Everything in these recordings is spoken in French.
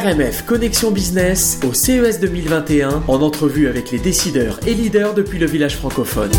RMF Connexion Business au CES 2021 en entrevue avec les décideurs et leaders depuis le village francophone.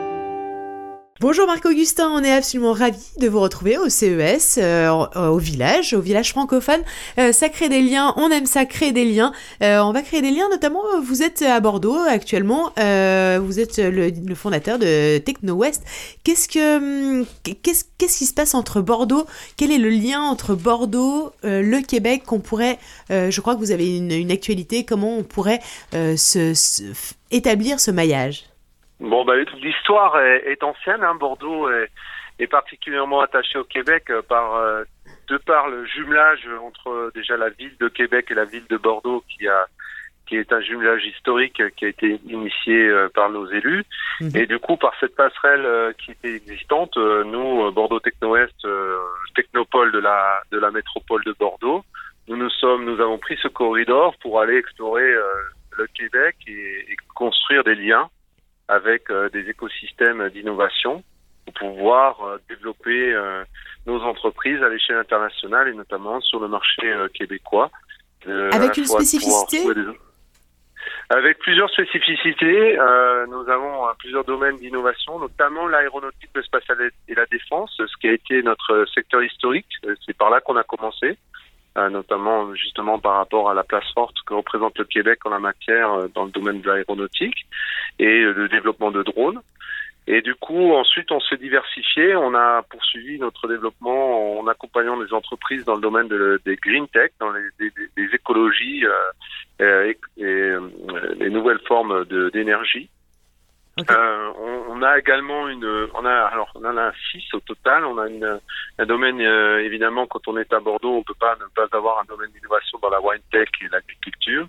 Bonjour Marc-Augustin, on est absolument ravis de vous retrouver au CES, au village francophone. Ça crée des liens, on aime ça, créer des liens. On va créer des liens, notamment vous êtes à Bordeaux actuellement, vous êtes le fondateur de TechnoWest. Qu'est-ce qui se passe entre Bordeaux? Quel est le lien entre Bordeaux, le Québec qu'on pourrait, je crois que vous avez une actualité, comment on pourrait établir ce maillage? Bon, l'histoire est ancienne. Bordeaux est particulièrement attaché au Québec de par le jumelage entre déjà la ville de Québec et la ville de Bordeaux, qui est un jumelage historique qui a été initié par nos élus. Et du coup, par cette passerelle qui était existante, nous, Bordeaux TechnoWest, technopole de la métropole de Bordeaux, nous avons pris ce corridor pour aller explorer le Québec et construire des liens avec des écosystèmes d'innovation pour pouvoir développer nos entreprises à l'échelle internationale et notamment sur le marché québécois. Avec une spécificité ? Avec plusieurs spécificités. Nous avons plusieurs domaines d'innovation, notamment l'aéronautique, le spatial et la défense, ce qui a été notre secteur historique. C'est par là qu'on a commencé, notamment justement par rapport à la place forte que représente le Québec en la matière dans le domaine de l'aéronautique et le développement de drones. Et du coup, ensuite, on s'est diversifié. On a poursuivi notre développement en accompagnant les entreprises dans le domaine des green tech, dans des écologies et les nouvelles formes d'énergie. Okay. On a également on en a 6 au total. On a un domaine, évidemment, quand on est à Bordeaux, on peut pas ne pas avoir un domaine d'innovation dans la wine tech et l'agriculture.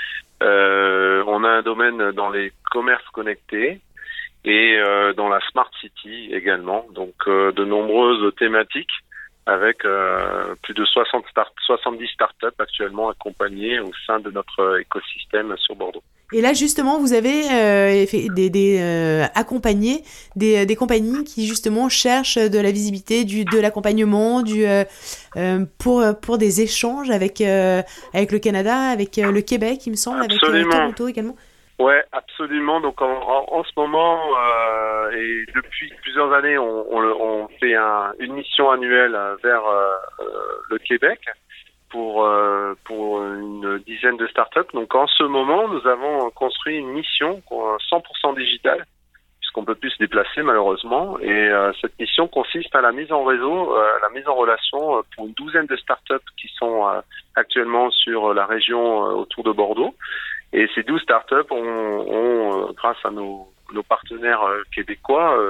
On a un domaine dans les commerces connectés et dans la smart city également. Donc, de nombreuses thématiques avec plus de 70 startups actuellement accompagnées au sein de notre écosystème sur Bordeaux. Et là, justement, vous avez accompagné des compagnies qui, justement, cherchent de la visibilité, de l'accompagnement, pour des échanges avec le Canada, avec le Québec, il me semble, Absolument. Avec Toronto également. Ouais, absolument. Donc, en ce moment, et depuis plusieurs années, on fait une mission annuelle vers le Québec pour une dizaine de startups. Donc, en ce moment, nous avons construit une mission 100% digitale, puisqu'on peut plus se déplacer malheureusement. Et cette mission consiste à la mise en réseau, la mise en relation pour une douzaine de startups qui sont actuellement sur la région autour de Bordeaux. Et ces 12 startups ont grâce à nos partenaires québécois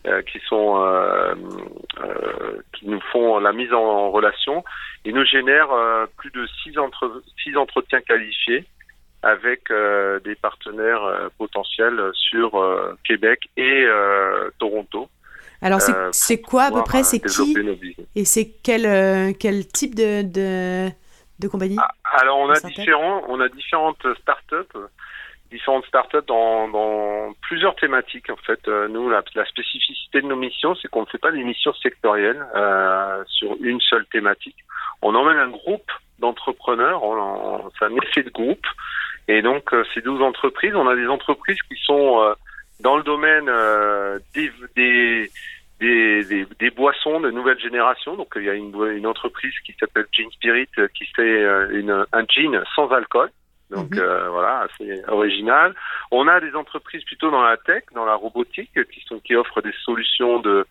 qui nous font la mise en relation, ils nous génèrent plus de 6 entretiens qualifiés avec des partenaires potentiels sur Québec et Toronto. Alors c'est quoi à peu près, c'est qui et c'est quel type de compagnie? Alors on a différentes startups dans plusieurs thématiques en fait. Nous la spécificité de nos missions, c'est qu'on ne fait pas des missions sectorielles sur une seule thématique. On emmène un groupe d'entrepreneurs, c'est un effet de groupe, et donc ces 12 entreprises, on a des entreprises qui sont dans le domaine des boissons de nouvelle génération. Donc il y a une entreprise qui s'appelle Gin Spirit qui fait un gin sans alcool. Donc voilà, assez original. On a des entreprises plutôt dans la tech, dans la robotique, qui offrent des solutions de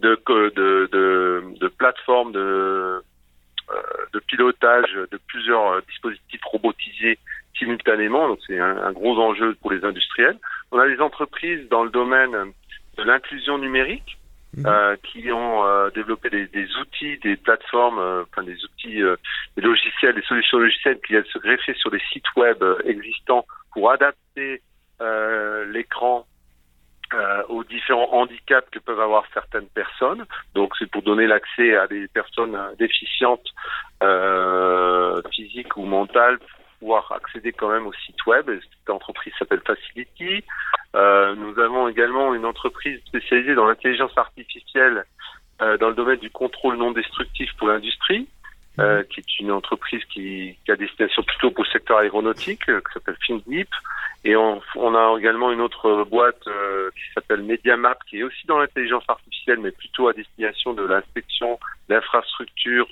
plateformes de pilotage de plusieurs dispositifs robotisés simultanément. Donc c'est un gros enjeu pour les industriels. On a des entreprises dans le domaine de l'inclusion numérique qui ont développé des outils, des plateformes, des outils, des logiciels, des solutions logicielles qui viennent se greffer sur des sites web existants pour adapter l'écran aux différents handicaps que peuvent avoir certaines personnes. Donc c'est pour donner l'accès à des personnes déficientes physiques ou mentales pour pouvoir accéder quand même au site web. Cette entreprise s'appelle Facility. Nous avons également une entreprise spécialisée dans l'intelligence artificielle dans le domaine du contrôle non destructif pour l'industrie. qui est une entreprise qui a destination plutôt pour le secteur aéronautique, qui s'appelle FinDeep. Et on a également une autre boîte qui s'appelle MediaMap, qui est aussi dans l'intelligence artificielle, mais plutôt à destination de l'inspection d'infrastructures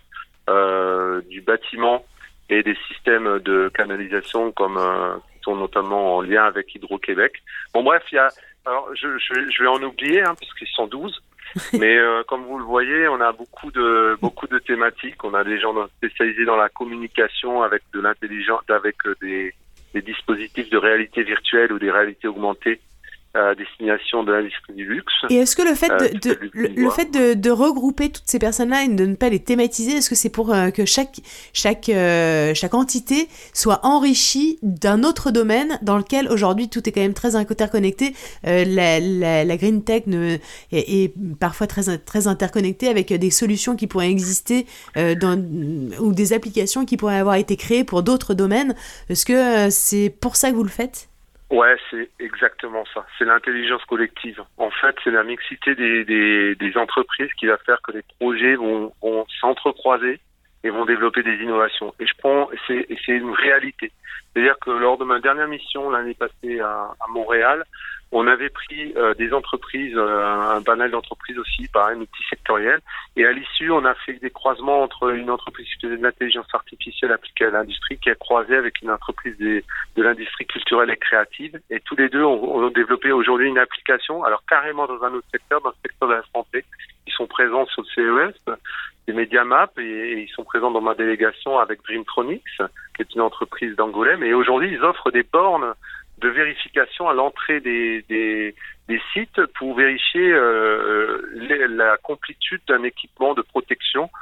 du bâtiment et des systèmes de canalisation qui sont notamment en lien avec Hydro-Québec. Bon bref, alors je vais en oublier puisqu'ils sont 12. Mais comme vous le voyez, on a beaucoup de thématiques. On a des gens spécialisés dans la communication avec de l'intelligence, avec des dispositifs de réalité virtuelle ou des réalités augmentées à destination de l'industrie du luxe. Et est-ce que le fait de regrouper toutes ces personnes-là et de ne pas les thématiser, est-ce que c'est pour que chaque entité soit enrichie d'un autre domaine dans lequel aujourd'hui tout est quand même très interconnecté, la green tech est parfois très interconnectée avec des solutions qui pourraient exister ou des applications qui pourraient avoir été créées pour d'autres domaines. Est-ce que c'est pour ça que vous le faites ? Ouais, c'est exactement ça. C'est l'intelligence collective. En fait, c'est la mixité des entreprises qui va faire que les projets vont s'entrecroiser et vont développer des innovations. Et c'est une réalité. C'est-à-dire que lors de ma dernière mission l'année passée à Montréal, on avait pris des entreprises, un panel d'entreprises aussi, pareil, multisectoriel. Et à l'issue, on a fait des croisements entre une entreprise qui faisait de l'intelligence artificielle appliquée à l'industrie qui a croisé avec une entreprise de l'industrie culturelle et créative. Et tous les deux ont développé aujourd'hui une application, alors carrément dans un autre secteur, dans le secteur de la santé. Ils sont présents sur le CES, des MediaMap, et ils sont présents dans ma délégation avec Dreamtronics, qui est une entreprise d'Angoulême. Et aujourd'hui, ils offrent des bornes de vérification à l'entrée des sites pour vérifier la complétude d'un équipement de protection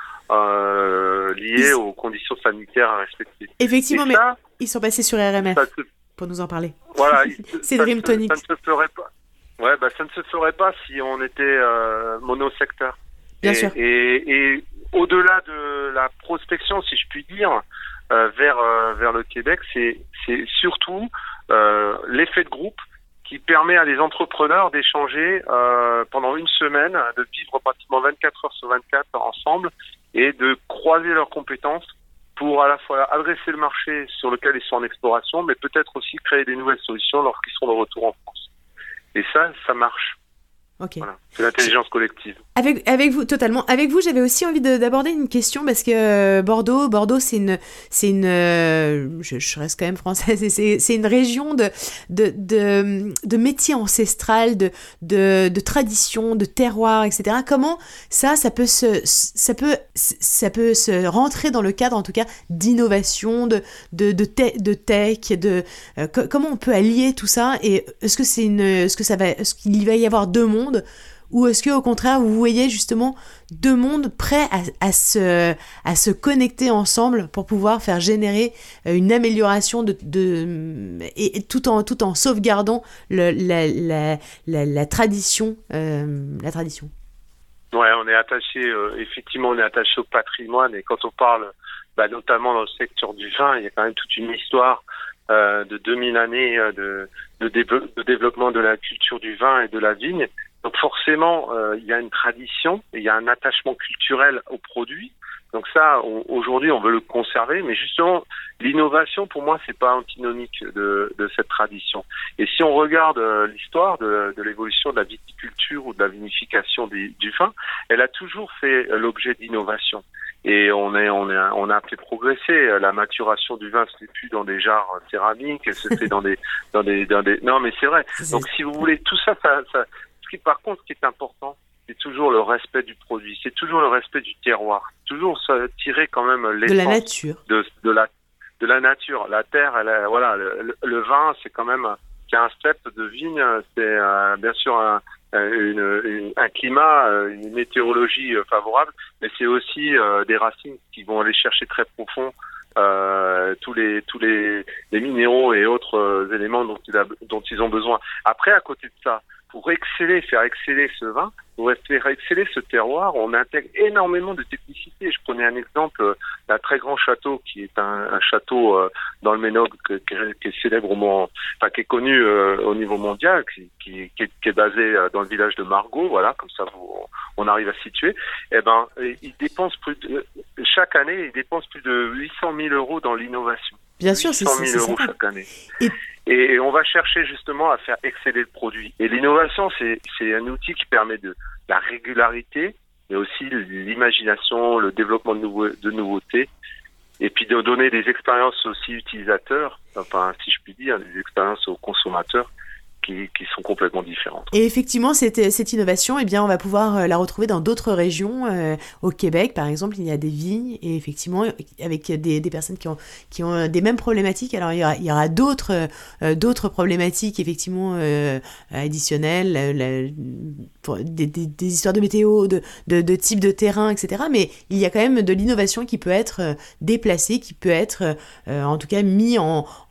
lié aux conditions sanitaires à respecter. Effectivement, mais ils sont passés sur RMF pour nous en parler. Voilà, c'est Dreamtronics. Ça ne se ferait pas. Ouais, ça ne se ferait pas si on était monosecteur. Bien sûr. Et au-delà de la prospection, si je puis dire, vers le Québec, c'est surtout l'effet de groupe qui permet à des entrepreneurs d'échanger pendant une semaine, de vivre pratiquement 24 heures sur 24 ensemble et de croiser leurs compétences pour à la fois adresser le marché sur lequel ils sont en exploration, mais peut-être aussi créer des nouvelles solutions lorsqu'ils seront de retour en France. Et ça marche. Okay. Voilà. C'est l'intelligence collective. Avec vous, totalement. Avec vous, j'avais aussi envie d'aborder une question parce que Bordeaux, c'est une, je reste quand même française, c'est une région de métiers ancestrales, de traditions, de terroirs, etc. Comment ça peut se rentrer dans le cadre, en tout cas, d'innovation, de tech, comment on peut allier tout ça, et est-ce qu'il va y avoir deux mondes? Ou est-ce que au contraire vous voyez justement deux mondes prêts à se connecter ensemble pour pouvoir faire générer une amélioration et tout en sauvegardant la tradition, la tradition. Ouais, on est attaché effectivement au patrimoine, et quand on parle notamment dans le secteur du vin, il y a quand même toute une histoire de 2000 années de développement de la culture du vin et de la vigne. Donc forcément, il y a une tradition, il y a un attachement culturel au produit. Donc ça, aujourd'hui, on veut le conserver, mais justement, l'innovation, pour moi, c'est pas antinomique de cette tradition. Et si on regarde l'histoire de l'évolution de la viticulture ou de la vinification du vin, elle a toujours fait l'objet d'innovation. Et on a fait progresser. La maturation du vin se fait plus dans des jarres céramiques, elle se fait dans des. Non, mais c'est vrai. Donc, si vous voulez, tout ça. Par contre, ce qui est important, c'est toujours le respect du produit, c'est toujours le respect du terroir, toujours tirer quand même l'essence de la nature, de la nature. La terre, le vin, c'est quand même un step de vigne, c'est bien sûr un climat, une météorologie favorable, mais c'est aussi des racines qui vont aller chercher très profond tous les minéraux et autres éléments dont ils ont besoin. Après, à côté de ça, pour faire exceller ce vin, pour faire exceller ce terroir, on intègre énormément de technicité. Je prenais un exemple d'un très grand château qui est un château dans le Ménoc qui est célèbre qui est connu au niveau mondial, qui est basé dans le village de Margaux, voilà, comme ça on arrive à situer. Il dépense chaque année, il dépense plus de 800 000 euros dans l'innovation. Bien sûr, 800 000 euros chaque année. Et on va chercher justement à faire exceller le produit. Et l'innovation, c'est un outil qui permet de la régularité, mais aussi l'imagination, le développement de nouveautés, et puis de donner des expériences aussi utilisateurs, si je puis dire, des expériences aux consommateurs qui sont complètement différentes. Et effectivement, cette innovation, on va pouvoir la retrouver dans d'autres régions. Au Québec, par exemple, il y a des vignes, et effectivement, avec des personnes qui ont des mêmes problématiques. Alors, il y aura d'autres problématiques, effectivement, additionnelles, des histoires de météo, de type de terrain, etc. Mais il y a quand même de l'innovation qui peut être déplacée, qui peut être, en tout cas, mis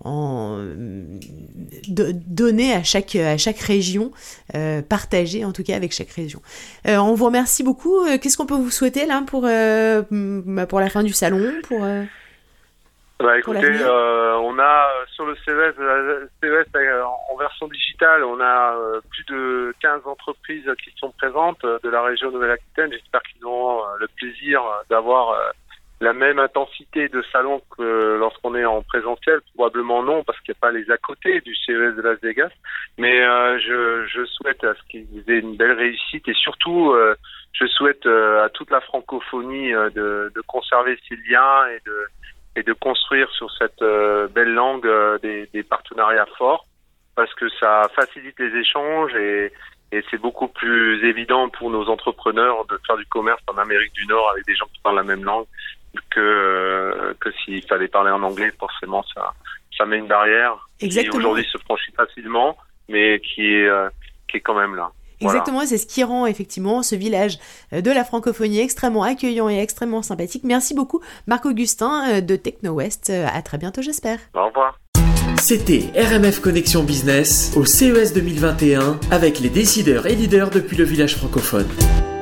donné à chaque région, partagé en tout cas avec chaque région. On vous remercie beaucoup. Qu'est-ce qu'on peut vous souhaiter là pour la fin du salon, écoutez, on a sur le CES en version digitale, on a plus de 15 entreprises qui sont présentes de la région Nouvelle-Aquitaine. J'espère qu'ils auront le plaisir d'avoir la même intensité de salon que lorsqu'on est en présentiel. Probablement non, parce qu'il n'y a pas les à côté du CES de Las Vegas. Mais je souhaite à ce qu'ils aient une belle réussite, et surtout je souhaite à toute la francophonie de conserver ces liens et de construire sur cette belle langue des partenariats forts, parce que ça facilite les échanges et c'est beaucoup plus évident pour nos entrepreneurs de faire du commerce en Amérique du Nord avec des gens qui parlent la même langue que s'il fallait parler en anglais. Forcément, ça met une barrière. Exactement. Qui aujourd'hui se franchit facilement, mais qui est quand même là. Exactement, voilà. C'est ce qui rend effectivement ce village de la francophonie extrêmement accueillant et extrêmement sympathique. Merci beaucoup Marc-Augustin de Techno-West. À très bientôt, j'espère. Au revoir. C'était RMF Connexion Business au CES 2021 avec les décideurs et leaders depuis le village francophone.